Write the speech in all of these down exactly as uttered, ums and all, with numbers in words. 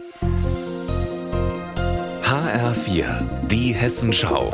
H R vier, die Hessenschau.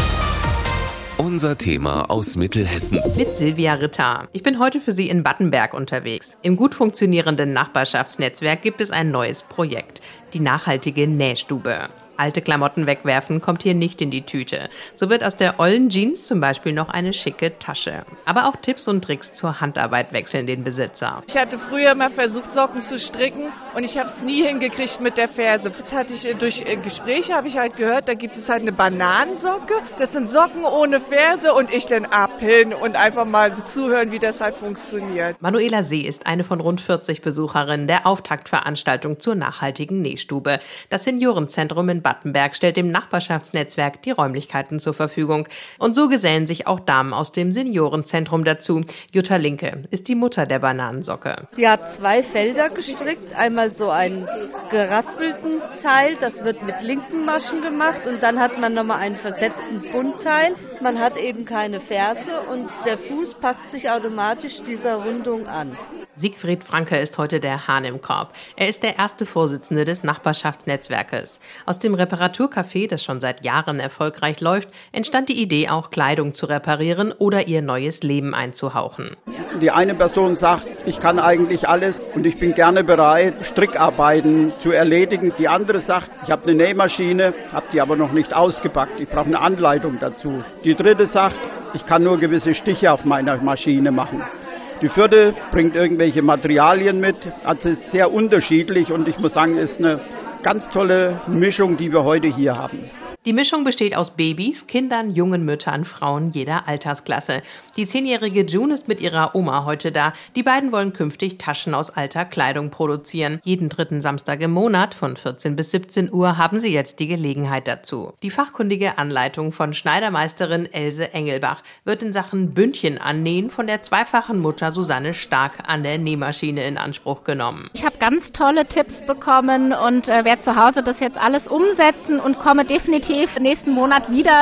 Unser Thema aus Mittelhessen. Mit Silvia Ritter. Ich bin heute für Sie in Battenberg unterwegs. Im gut funktionierenden Nachbarschaftsnetzwerk gibt es ein neues Projekt, die nachhaltige Nähstube. Alte Klamotten wegwerfen kommt hier nicht in die Tüte. So wird aus der ollen Jeans zum Beispiel noch eine schicke Tasche. Aber auch Tipps und Tricks zur Handarbeit wechseln den Besitzer. Ich hatte früher mal versucht, Socken zu stricken und ich habe es nie hingekriegt mit der Ferse. Jetzt hatte ich durch Gespräche habe ich halt gehört, da gibt es halt eine Bananensocke. Das sind Socken ohne Ferse und ich dann abhin und einfach mal zuhören, wie das halt funktioniert. Manuela See ist eine von rund vierzig Besucherinnen der Auftaktveranstaltung zur nachhaltigen Nähstube. Das Seniorenzentrum in Battenberg stellt dem Nachbarschaftsnetzwerk die Räumlichkeiten zur Verfügung. Und so gesellen sich auch Damen aus dem Seniorenzentrum dazu. Jutta Linke ist die Mutter der Bananensocke. Sie hat zwei Felder gestrickt. Einmal so einen geraspelten Teil, das wird mit linken Maschen gemacht. Und dann hat man nochmal einen versetzten Buntteil. Man hat eben keine Ferse und der Fuß passt sich automatisch dieser Rundung an. Siegfried Franke ist heute der Hahn im Korb. Er ist der erste Vorsitzende des Nachbarschaftsnetzwerkes. Aus dem Reparaturcafé, das schon seit Jahren erfolgreich läuft, entstand die Idee, auch Kleidung zu reparieren oder ihr neues Leben einzuhauchen. Die eine Person sagt, ich kann eigentlich alles und ich bin gerne bereit, Strickarbeiten zu erledigen. Die andere sagt, ich habe eine Nähmaschine, habe die aber noch nicht ausgepackt, ich brauche eine Anleitung dazu. Die dritte sagt, ich kann nur gewisse Stiche auf meiner Maschine machen. Die vierte bringt irgendwelche Materialien mit, also es ist sehr unterschiedlich und ich muss sagen, es ist eine ganz tolle Mischung, die wir heute hier haben. Die Mischung besteht aus Babys, Kindern, jungen Müttern, Frauen jeder Altersklasse. Die zehnjährige June ist mit ihrer Oma heute da. Die beiden wollen künftig Taschen aus alter Kleidung produzieren. Jeden dritten Samstag im Monat von vierzehn bis siebzehn Uhr haben sie jetzt die Gelegenheit dazu. Die fachkundige Anleitung von Schneidermeisterin Else Engelbach wird in Sachen Bündchen annähen von der zweifachen Mutter Susanne Stark an der Nähmaschine in Anspruch genommen. Ich habe ganz tolle Tipps bekommen und äh, werde zu Hause das jetzt alles umsetzen und komme definitiv nächsten Monat wieder.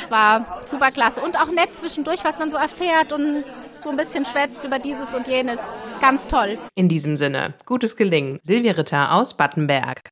War super klasse und auch nett zwischendurch, was man so erfährt und so ein bisschen schwätzt über dieses und jenes. Ganz toll. In diesem Sinne, gutes Gelingen. Silvia Ritter aus Battenberg.